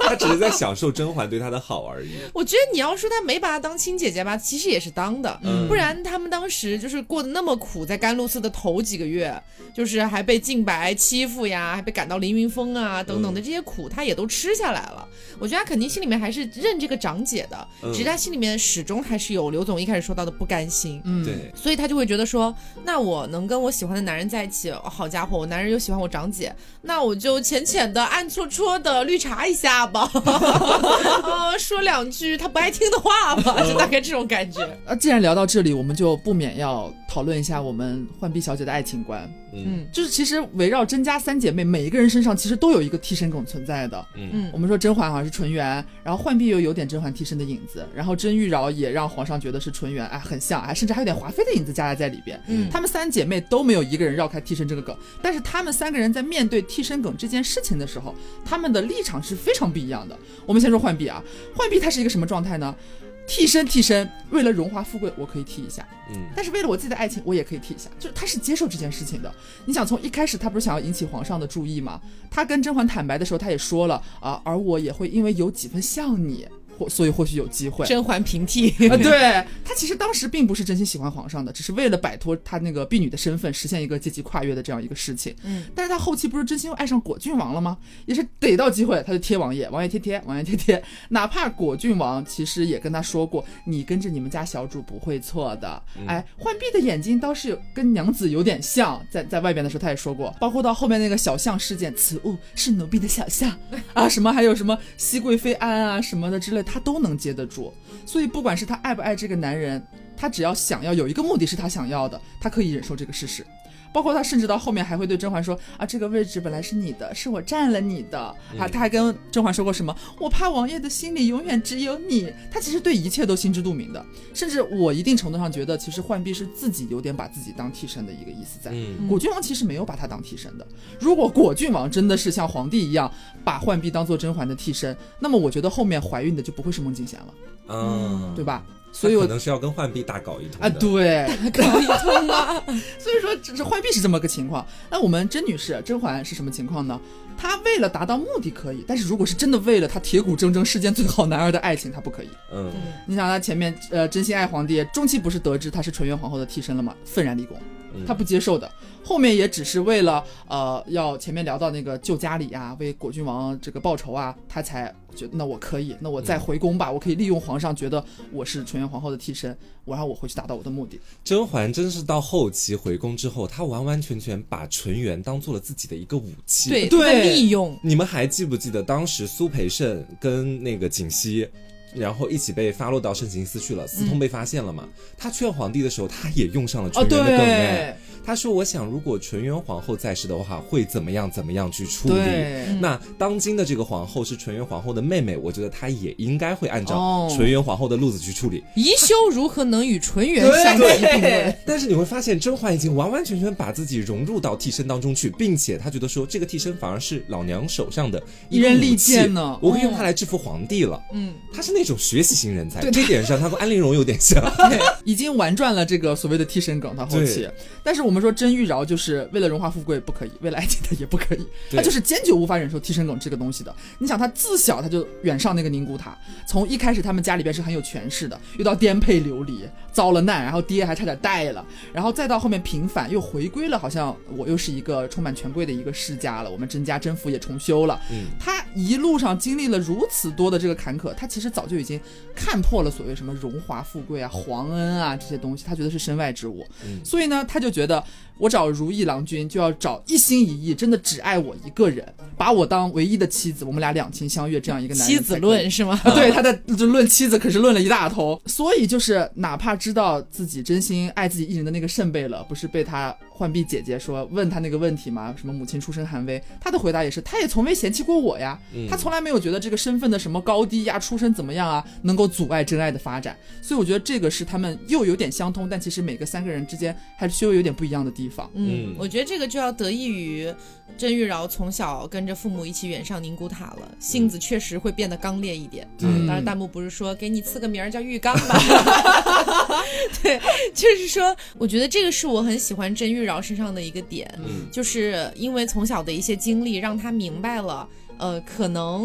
他只是在享受甄嬛对他的好而已。 我觉得你要说他没把她当亲姐姐吧，其实也是当的，嗯、不然他们当时就是过得那么苦，在甘露寺的头几个月，就是还被靖白欺负呀，还被赶到凌云峰啊等等的这些苦，他也都吃下来了。我觉得他肯定心里面还是认这个长姐的，嗯、只是他心里面始终还是有刘总一开始说到的不甘心。 嗯，对， 所以他就会觉得说，那我能跟我喜欢的男人在一起，哦、好家伙，我男人又喜欢我长姐，那我就浅浅的暗戳戳的绿茶一下吧，呃、说两句他不爱听的话吧，就大概这种感觉。 啊，既然聊到这里，我们就不免要讨论一下我们浣碧小姐的爱情观。嗯，就是其实围绕甄家三姐妹，每一个人身上其实都有一个替身梗存在的。嗯，我们说甄嬛好像是纯元，然后浣碧又有点甄嬛替身的影子，然后甄玉娆也让皇上觉得是纯元，哎，很像，哎，甚至还有点华妃的影子加在里边。嗯，她们三姐妹都没有一个人绕开替身这个梗，但是她们三个人在面对替身梗这件事情的时候，她们的立场是非常不一样的。我们先说浣碧啊，浣碧她是一个什么状态呢？替身替身，为了荣华富贵我可以替一下，嗯，但是为了我自己的爱情我也可以替一下，就是他是接受这件事情的。你想从一开始他不是想要引起皇上的注意吗？他跟甄嬛坦白的时候他也说了啊，而我也会因为有几分像你，或所以或许有机会。 甄嬛平替啊，对，他其实当时并不是真心喜欢皇上的，只是为了摆脱他那个婢女的身份，实现一个阶级跨越的这样一个事情。嗯，但是他后期不是真心又爱上果郡王了吗？也是逮到机会他就贴王爷，王爷贴贴，王爷贴贴。哪怕果郡王其实也跟他说过，你跟着你们家小主不会错的。嗯、哎，浣碧的眼睛倒是有跟娘子有点像，在在外边的时候他也说过，包括到后面那个小象事件，此物是奴婢的小象啊，什么还有什么熹贵妃安啊什么的之类，他都能接得住。所以不管是他爱不爱这个男人，他只要想要有一个目的是他想要的，他可以忍受这个事实。包括他甚至到后面还会对甄嬛说啊，这个位置本来是你的，是我占了你的、嗯、啊，他还跟甄嬛说过什么，我怕王爷的心里永远只有你。他其实对一切都心知肚明的，甚至我一定程度上觉得其实浣碧是自己有点把自己当替身的一个意思在、嗯、果郡王其实没有把他当替身的。如果果郡王真的是像皇帝一样把浣碧当做甄嬛的替身，那么我觉得后面怀孕的就不会是孟静娴了，嗯，对吧？所以我可能是要跟浣碧大搞一通的啊，对， 大搞一通啊。 所以说，这浣碧是这么个情况。那我们甄女士甄嬛是什么情况呢？她为了达到目的可以，但是如果是真的为了她铁骨铮铮世间最好男儿的爱情，她不可以。嗯，你想她前面呃真心爱皇帝，中期不是得知她是纯元皇后的替身了吗？愤然立功，她不接受的。后面也只是为了呃要前面聊到那个救家里啊，为果郡王这个报仇啊，他才觉得那我可以，那我再回宫吧、嗯、我可以利用皇上觉得我是纯元皇后的替身，我让我回去达到我的目的。 甄嬛真是到后期回宫之后，她完完全全把纯元当做了自己的一个武器， 对对，利用。 你们还记不记得当时苏培盛跟那个槿汐然后一起被发落到慎刑司去了，私通被发现了嘛、嗯、他劝皇帝的时候他也用上了纯元的梗哎、哦，他说我想如果纯元皇后在世的话会怎么样怎么样去处理，那当今的这个皇后是纯元皇后的妹妹，我觉得她也应该会按照纯元皇后的路子去处理、哦、 宜修如何能与纯元相提并论。 但是你会发现甄嬛已经完完全全把自己融入到替身当中去，并且她觉得说这个替身反而是老娘手上的一人利剑呢， 我可以用它来制服皇帝了。嗯，她是那种学习型人才，这点上她跟安陵容有点像对，已经玩转了这个所谓的替身梗，她后期。但是我们说甄玉娆就是为了荣华富贵不可以，为了爱情她也不可以，她就是坚决无法忍受替身梗这个东西的。你想她自小她就远上那个宁古塔，从一开始他们家里边是很有权势的，遇到颠沛流离遭了难，然后爹还差点带了，然后再到后面平反又回归了，好像我又是一个充满权贵的一个世家了，我们甄家甄府也重修了、嗯、她一路上经历了如此多的这个坎坷，她其实早就已经看破了所谓什么荣华富贵啊皇恩啊这些东西，她觉得是身外之物、嗯、所以呢她就觉得我找如意郎君就要找一心一意真的只爱我一个人，把我当唯一的妻子，我们俩两情相悦这样一个男人。 妻子论是吗？ 对，他的论妻子可是论了一大头。所以就是哪怕知道自己真心爱自己一人的那个圣贝勒不是被他浣碧姐姐说问他那个问题吗，什么母亲出身寒微，他的回答也是他也从未嫌弃过我呀、嗯、他从来没有觉得这个身份的什么高低呀出身怎么样啊能够阻碍真爱的发展。所以我觉得这个是他们又有点相通，但其实每个三个人之间还是又有点不一样的地方。 嗯，我觉得这个就要得益于甄玉娆从小跟着父母一起远上宁古塔了，性子确实会变得刚烈一点。嗯，当然弹幕不是说给你赐个名儿叫玉刚吧对，就是说我觉得这个是我很喜欢甄玉娆身上的一个点、嗯、就是因为从小的一些经历让她明白了呃，可能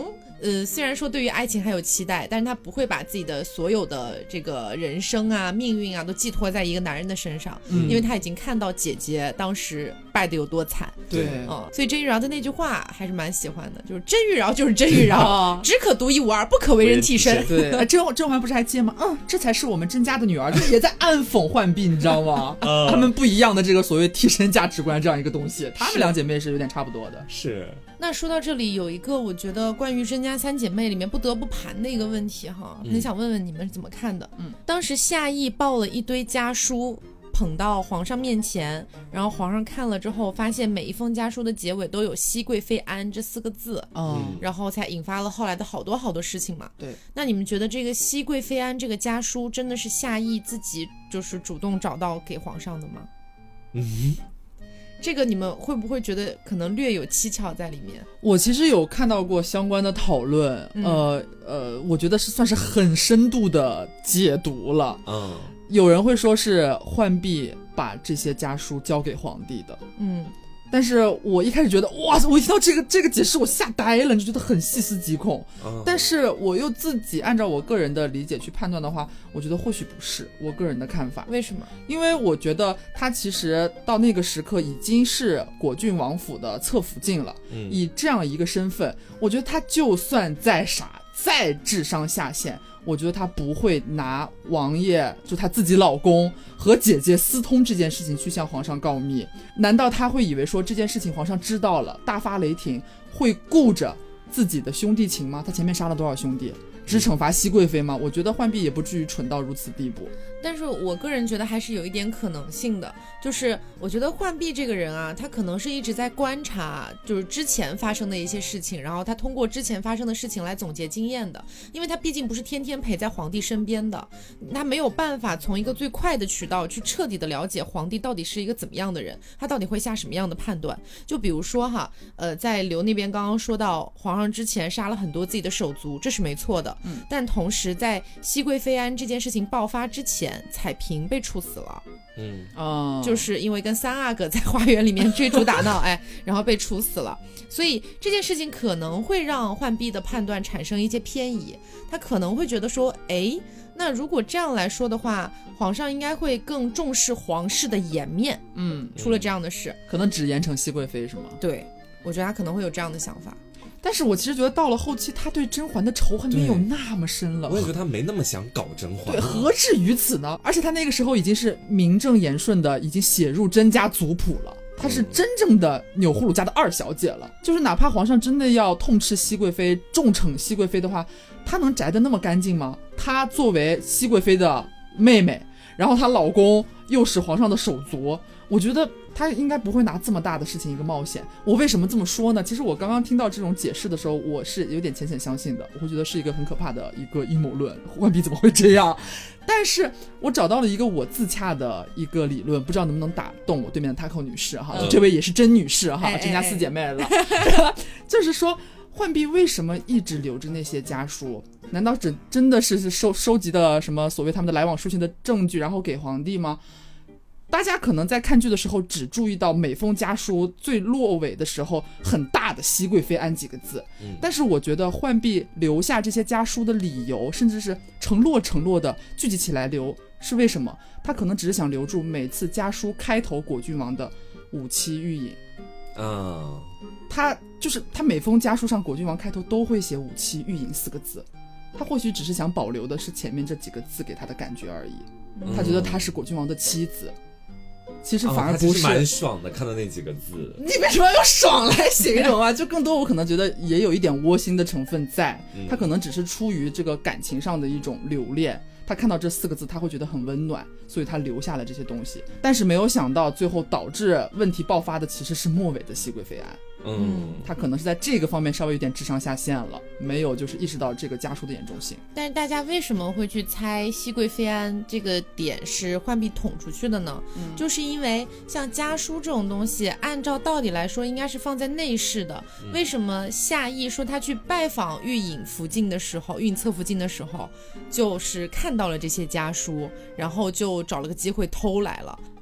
呃，虽然说对于爱情还有期待，但是他不会把自己的所有的这个人生啊、命运啊都寄托在一个男人的身上，嗯、因为他已经看到姐姐当时败得有多惨。 对， 嗯，所以甄玉娆的那句话还是蛮喜欢的，就是甄玉娆就是甄玉娆，只可独一无二，不可为人替身。 对，甄甄嬛不是还接吗？嗯，这才是我们甄家的女儿，就是也在暗讽浣碧，你知道吗？嗯、他们不一样的这个所谓替身价值观这样一个东西，她们两姐妹是有点差不多的。 是。 那说到这里，有一个我觉得关于甄家三姐妹里面不得不盘的一个问题哈，很想问问你们是怎么看的。嗯，当时夏邑抱了一堆家书捧到皇上面前，然后皇上看了之后发现每一封家书的结尾都有熹贵妃安这四个字，嗯，然后才引发了后来的好多好多事情嘛。 对， 那你们觉得这个熹贵妃安这个家书真的是夏邑自己就是主动找到给皇上的吗？嗯，这个你们会不会觉得可能略有蹊跷在里面？ 我其实有看到过相关的讨论，嗯、呃呃，我觉得是算是很深度的解读了。嗯，有人会说是浣碧把这些家书交给皇帝的。嗯。但是我一开始觉得哇，我一听到这个这个解释我吓呆了，就觉得很细思极恐、嗯、但是我又自己按照我个人的理解去判断的话，我觉得或许不是我个人的看法。 为什么？ 因为我觉得他其实到那个时刻已经是果郡王府的侧福晋了、嗯、以这样一个身份，我觉得他就算再傻再智商下线，我觉得他不会拿王爷就他自己老公和姐姐私通这件事情去向皇上告密。难道他会以为说这件事情皇上知道了大发雷霆，会顾着自己的兄弟情吗？他前面杀了多少兄弟，只惩罚熹贵妃吗？我觉得浣碧也不至于蠢到如此地步。 但是我个人觉得还是有一点可能性的，就是我觉得浣碧这个人啊，他可能是一直在观察就是之前发生的一些事情，然后他通过之前发生的事情来总结经验的，因为他毕竟不是天天陪在皇帝身边的，他没有办法从一个最快的渠道去彻底的了解皇帝到底是一个怎么样的人，他到底会下什么样的判断。就比如说哈，呃，在刘那边刚刚说到皇上之前杀了很多自己的手足，这是没错的，嗯，但同时在熹贵妃安这件事情爆发之前，彩萍被处死了，嗯，哦，就是因为跟三阿哥在花园里面追逐打闹，哎，然后被处死了。所以这件事情可能会让浣碧的判断产生一些偏移，他可能会觉得说，哎，那如果这样来说的话，皇上应该会更重视皇室的颜面，嗯，出了这样的事， 可能只严惩熹贵妃是吗？ 对，我觉得他可能会有这样的想法。 但是我其实觉得到了后期他对甄嬛的仇恨没有那么深了， 我也觉得他没那么想搞甄嬛， 对，何至于此呢？而且他那个时候已经是名正言顺的已经写入甄家族谱了，她是真正的钮祜禄家的二小姐了、嗯、就是哪怕皇上真的要痛斥熹贵妃重惩熹贵妃的话，她能摘得那么干净吗？她作为熹贵妃的妹妹，然后她老公又是皇上的手足，我觉得他应该不会拿这么大的事情一个冒险。我为什么这么说呢？其实我刚刚听到这种解释的时候，我是有点浅浅相信的，我会觉得是一个很可怕的一个阴谋论，浣碧怎么会这样？但是我找到了一个我自洽的一个理论，不知道能不能打动我对面的 Taco 女士哈、嗯、这位也是甄女士哈，甄家四姐妹了，就是说浣碧为什么一直留着那些家书？难道真真的是收收集的什么所谓他们的来往书信的证据，然后给皇帝吗？大家可能在看剧的时候只注意到每封家书最落尾的时候很大的熹贵妃安几个字、嗯、但是我觉得浣碧留下这些家书的理由，甚至是承诺承诺的聚集起来留，是为什么？他可能只是想留住每次家书开头果郡王的五七玉引、嗯、他就是他每封家书上果郡王开头都会写五七玉引四个字，他或许只是想保留的是前面这几个字给他的感觉而已、嗯、他觉得他是果郡王的妻子，其实反而不是、哦、他其实蛮爽的，看到那几个字。 你为什么要用爽来形容啊？就更多我可能觉得也有一点窝心的成分在、嗯、他可能只是出于这个感情上的一种留恋，他看到这四个字他会觉得很温暖，所以他留下了这些东西。但是没有想到最后导致问题爆发的其实是末尾的熹贵妃案。嗯，他可能是在这个方面稍微有点智商下线了，没有就是意识到这个家书的严重性。 但是大家为什么会去猜熹贵妃案这个点是浣碧捅出去的呢、嗯、就是因为像家书这种东西按照道理来说应该是放在内室的、嗯、为什么夏邑说他去拜访玉隐福晋的时候，玉隐侧福晋的时候就是看到了这些家书，然后就找了个机会偷来了。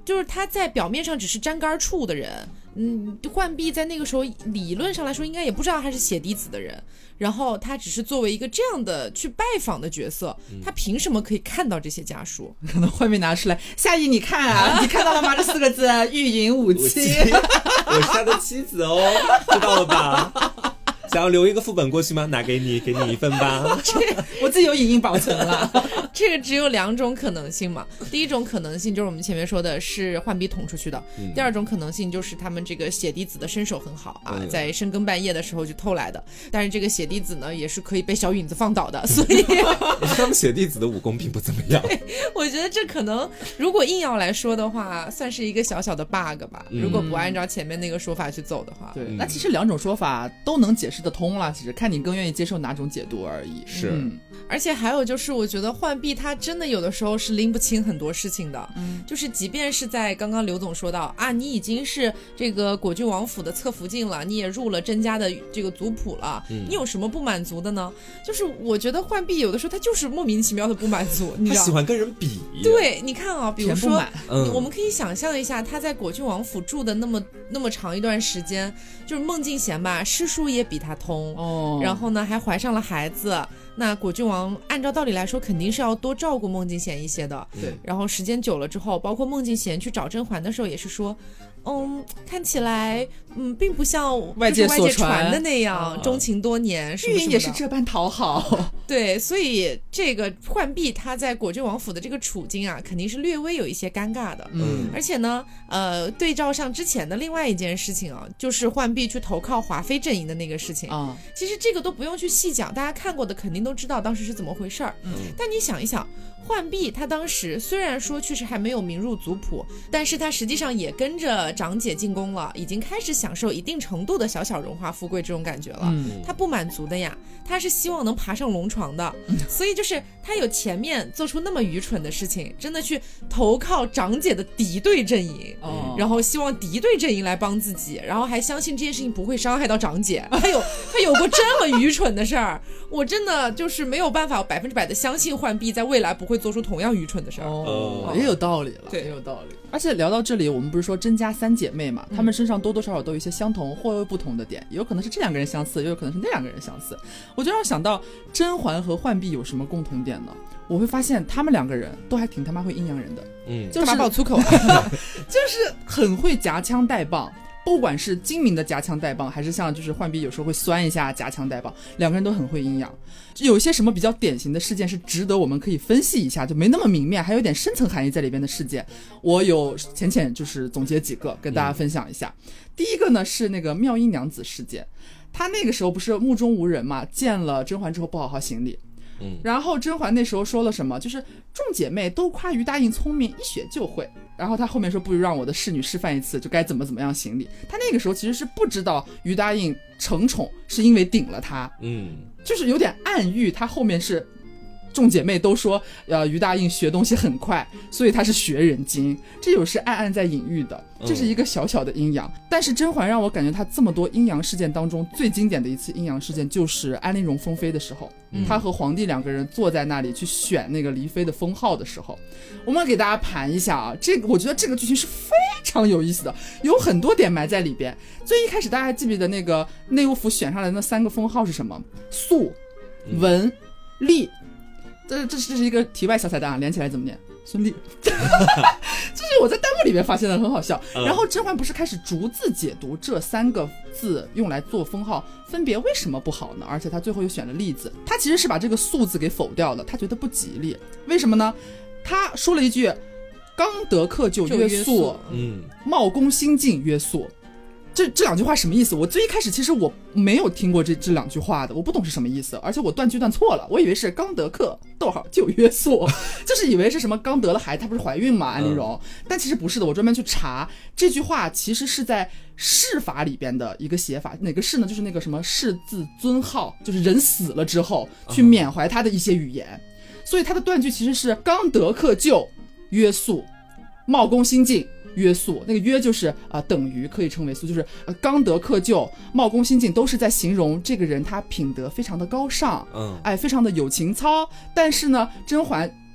就是他在表面上只是沾杆处的人。嗯，浣碧在那个时候理论上来说应该也不知道他是血滴子的人，然后他只是作为一个这样的去拜访的角色，嗯、他凭什么可以看到这些家书？ 可能浣碧拿出来，夏邑你看啊，你看到了吗？这四个字玉营五七， 我是他的妻子哦，知道了吧？想要留一个副本过去吗？拿给你，给你一份吧。 我自己有影音保存了。 这个只有两种可能性嘛。第一种可能性就是我们前面说的是浣碧捅出去的、嗯、第二种可能性就是他们这个血滴子的身手很好啊、嗯，在深更半夜的时候就偷来的。但是这个血滴子呢也是可以被小允子放倒的，所以他们血滴子的武功并不怎么样。 我觉得这可能如果硬要来说的话算是一个小小的 bug 吧、嗯、如果不按照前面那个说法去走的话。 对、嗯、那其实两种说法都能解释得通了，其实看你更愿意接受哪种解读而已。 是、嗯、 而且还有就是我觉得浣碧他真的有的时候是拎不清很多事情的、嗯、就是即便是在刚刚刘总说到啊，你已经是这个果郡王府的侧福晋了，你也入了甄家的这个族谱了、嗯、你有什么不满足的呢？就是我觉得浣碧有的时候他就是莫名其妙的不满足，你知道他喜欢跟人比。 对，你看啊，比如说、 嗯、 我们可以想象一下他在果郡王府住的那么那么长一段时间，就是孟静娴吧诗书也比他通、哦、然后呢还怀上了孩子，那果郡王按照道理来说肯定是要多照顾孟静娴一些的。 对， 然后时间久了之后，包括孟静娴去找甄嬛的时候也是说，嗯，看起来嗯并不像外界所传的那样钟、嗯、情多年， 玉营也是这般讨好。 对，所以这个浣碧她在果郡王府的这个处境啊，肯定是略微有一些尴尬的。 嗯， 而且呢，呃，对照上之前的另外一件事情啊，就是浣碧去投靠华妃阵营的那个事情啊、嗯，其实这个都不用去细讲，大家看过的肯定都知道当时是怎么回事儿。嗯，但你想一想，浣碧她当时虽然说确实还没有名入族谱，但是她实际上也跟着长姐进宫了，已经开始享受一定程度的小小荣华富贵这种感觉了。嗯，她不满足的呀，她是希望能爬上龙床的，嗯、所以就是她有前面做出那么愚蠢的事情，真的去投靠长姐的敌对阵营，嗯、然后希望敌对阵营来帮自己，然后还相信这件事情不会伤害到长姐。她有她有过这么愚蠢的事儿，我真的就是没有办法百分之百的相信浣碧在未来不会做出同样愚蠢的事儿。 哦，也有道理了， 对， 也有道理。而且聊到这里，我们不是说甄家三姐妹嘛，她、嗯、们身上多多少少都有一些相同或不同的点，有可能是这两个人相似，也有可能是那两个人相似。我就让我想到甄嬛和浣碧有什么共同点呢？我会发现他们两个人都还挺他妈会阴阳人的， 嗯， 就是干嘛爆粗口啊？ 就是很会夹枪带棒。不管是精明的夹枪带棒，还是像就是浣碧有时候会酸一下夹枪带棒，两个人都很会阴阳。有一些什么比较典型的事件是值得我们可以分析一下，就没那么明面，还有点深层含义在里边的事件，我有浅浅就是总结几个跟大家分享一下、嗯、第一个呢是那个妙音娘子事件。他那个时候不是目中无人嘛，见了甄嬛之后不好好行礼，嗯，然后甄嬛那时候说了什么，就是众姐妹都夸于答应聪明，一学就会。然后她后面说不如让我的侍女示范一次，就该怎么怎么样行礼。她那个时候其实是不知道于答应承宠是因为顶了她，嗯，就是有点暗喻她后面是众姐妹都说呃，于答应学东西很快，所以她是学人精，这有是暗暗在隐喻的，这是一个小小的阴阳、嗯、但是甄嬛让我感觉她这么多阴阳事件当中最经典的一次阴阳事件就是安陵容封妃的时候，她、嗯、和皇帝两个人坐在那里去选那个离妃的封号的时候，我们给大家盘一下啊，这个我觉得这个剧情是非常有意思的，有很多点埋在里边。最一开始大家还记不记得那个内务府选上来的那三个封号是什么？肃、文、丽。这这这是一个题外小彩蛋啊，连起来怎么念？孙俪。就是我在弹幕里面发现的，很好笑。然后甄嬛不是开始逐字解读这三个字用来做封号分别为什么不好呢？而且他最后又选了例子，他其实是把这个肃字给否掉了，他觉得不吉利。为什么呢？他说了一句刚得克就约束，嗯，冒功新进约束。这这两句话什么意思？我最一开始其实我没有听过这这两句话的，我不懂是什么意思，而且我断句断错了，我以为是刚得克逗号就约束，就是以为是什么刚得了孩子，她不是怀孕嘛，安陵容、嗯，但其实不是的，我专门去查，这句话其实是在谥法里边的一个写法，哪个谥呢？就是那个什么谥字尊号，就是人死了之后去缅怀他的一些语言，嗯、所以他的断句其实是刚得克就约束，冒功新进。约束，那个约就是啊、呃、等于可以称为素，就是呃刚得克就、冒功新进都是在形容这个人他品德非常的高尚，嗯，哎，非常的有情操。但是呢，甄嬛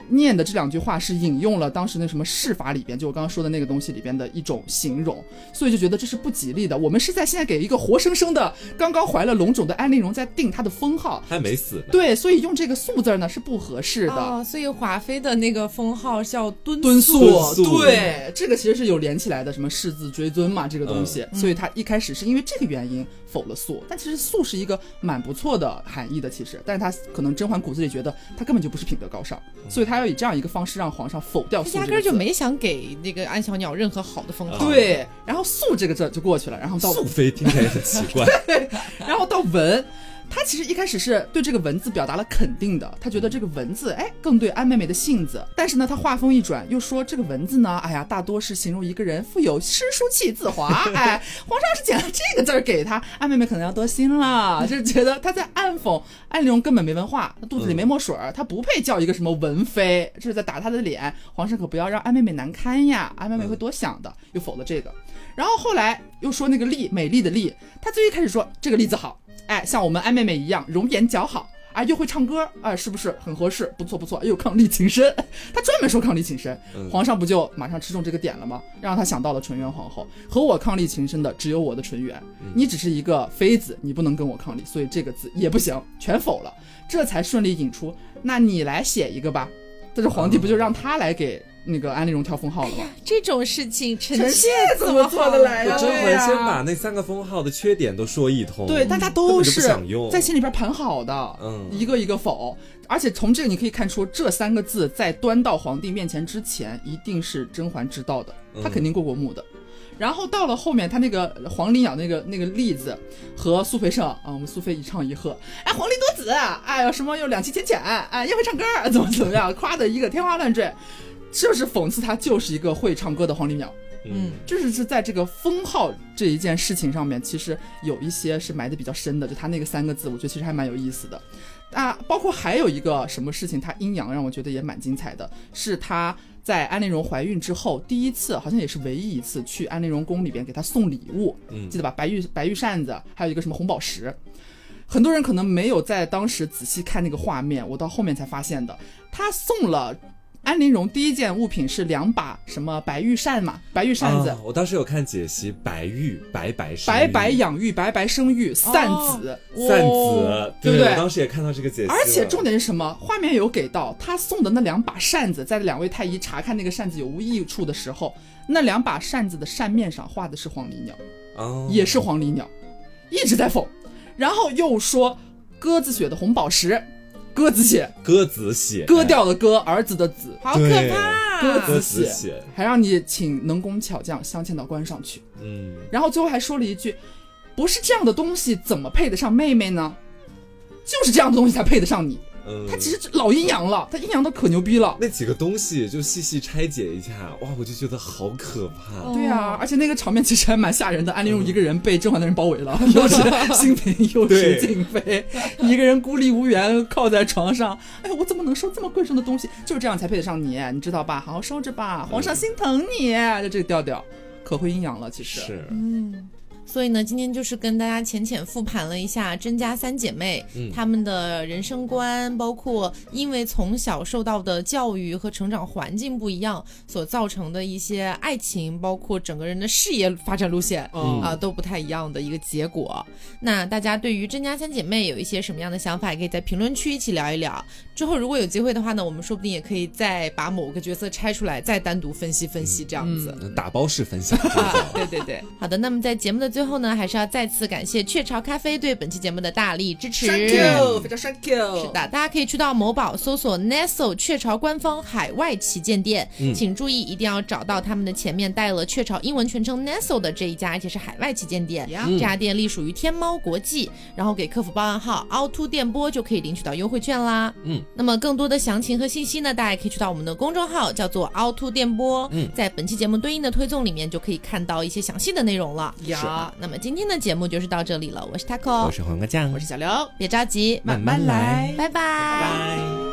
念的这两句话是引用了当时那什么释法里边，就我刚刚说的那个东西里边的一种形容，所以就觉得这是不吉利的。我们是在现在给一个活生生的刚刚怀了龙种的安陵容在定她的封号， 还没死呢。 对，所以用这个素字呢是不合适的。 哦，所以华妃的那个封号叫敦敦肃， 对，这个其实是有连起来的，什么世字追尊嘛，这个东西、嗯、所以他一开始是因为这个原因否了肃，但其实肃是一个蛮不错的含义的，其实，但是他可能甄嬛骨子里觉得他根本就不是品德高尚，所以他要以这样一个方式让皇上否掉肃， 压根就没想给那个安小鸟任何好的封号。 对，然后肃这个字就过去了，然后到肃妃听起来很奇怪对，然后到文，他其实一开始是对这个文字表达了肯定的，他觉得这个文字哎更对安妹妹的性子，但是呢他话锋一转又说这个文字呢，哎呀大多是形容一个人富有诗书气自华，哎皇上要是捡了这个字给他，安妹妹可能要多心了，就是觉得他在暗讽安陵容根本没文化，他肚子里没墨水，他不配叫一个什么文妃，这是在打他的脸，皇上可不要让安妹妹难堪呀，安妹妹会多想的，又否了这个。然后后来又说那个丽，美丽的丽，他最一开始说这个例子好，哎，像我们安妹妹一样容颜姣好啊，又会唱歌啊，是不是很合适？不错不错，又伉俪情深，他专门说伉俪情深、嗯，皇上不就马上吃中这个点了吗？让他想到了纯元皇后，和我伉俪情深的只有我的纯元、嗯，你只是一个妃子，你不能跟我伉俪，所以这个字也不行，全否了，这才顺利引出，那你来写一个吧，但是皇帝不就让他来给那个安陵容挑封号了吗、哎、 这种事情臣妾怎么做得来呀？ 甄嬛先把那三个封号的缺点都说一通， 对，大家都是在心里边盘好的，嗯，一个一个否。而且从这个你可以看出，这三个字在端到皇帝面前之前，一定是甄嬛知道的，她肯定过过目的。嗯，然后到了后面，他那个黄鹂鸟那个那个例子和苏培盛啊，我们苏菲一唱一和，哎，黄鹂多子，哎呦什么又两栖浅浅，哎，又会唱歌，怎么怎么样，夸的一个天花乱坠，就是讽刺他就是一个会唱歌的黄鹂鸟。嗯，就是是在这个封号这一件事情上面，其实有一些是埋的比较深的，就他那个三个字，我觉得其实还蛮有意思的。啊，包括还有一个什么事情，他阴阳让我觉得也蛮精彩的，是他在安陵容怀孕之后第一次，好像也是唯一一次去安陵容宫里边给她送礼物，嗯，记得吧？白玉白玉扇子，还有一个什么红宝石。很多人可能没有在当时仔细看那个画面，我到后面才发现的，他送了安陵容第一件物品是两把什么白玉扇嘛，白玉扇子、啊、 我当时有看解析，白玉白白生育白白养育白白生育散子、 哦、散子 对, 对不对？ 我当时也看到这个解析， 而且重点是什么，画面有给到他送的那两把扇子，在两位太医查看那个扇子有无益处的时候，那两把扇子的扇面上画的是黄鹂鸟、哦、也是黄鹂鸟，一直在讽，然后又说鸽子血的红宝石，鸽子血， 鸽子血， 割掉的割，儿子的子， 好可怕！ 鸽子血，还让你请能工巧匠镶嵌到官上去。嗯，然后最后还说了一句：“不是这样的东西，怎么配得上妹妹呢？就是这样的东西才配得上你。”嗯，他其实老阴阳了，他阴阳的可牛逼了。 那几个东西就细细拆解一下，哇，我就觉得好可怕。 哦、对啊，而且那个场面其实还蛮吓人的。安陵容一个人被甄嬛的人包围了，嗯、又是新嫔又是静妃，一个人孤立无援靠在床上。哎，我怎么能收这么贵重的东西？就是这样才配得上你，你知道吧？好好收着吧，皇上心疼你。就这个调调，可会阴阳了，其实是。 嗯。所以呢，今天就是跟大家浅浅复盘了一下甄家三姐妹、嗯、她们的人生观，包括因为从小受到的教育和成长环境不一样所造成的一些爱情，包括整个人的事业发展路线、嗯、啊都不太一样的一个结果。那大家对于甄家三姐妹有一些什么样的想法，也可以在评论区一起聊一聊。之后如果有机会的话呢，我们说不定也可以再把某个角色拆出来，再单独分析分析这样子， 嗯、打包式分析、 啊、对对对。好的，那么在节目的最后呢，还是要再次感谢雀巢咖啡对本期节目的大力支持。 Thank you， 非常 Thank you。 是的，大家可以去到某宝搜索 Nestle 雀巢官方海外旗舰店、嗯、请注意一定要找到他们的前面带了雀巢英文全称 Nestle 的这一家，而且是海外旗舰店、嗯、这家店隶属于天猫国际，然后给客服报暗号凹凸电波就可以领取到优惠券啦。嗯，那么更多的详情和信息呢，大家可以去到我们的公众号叫做凹凸电波、嗯、在本期节目对应的推送里面就可以看到一些详细的内容了。 好， 那么今天的节目就是到这里了，我是 Taco， 我是黄瓜酱， 我是小刘， 别着急， 慢慢来， 拜拜， 拜拜。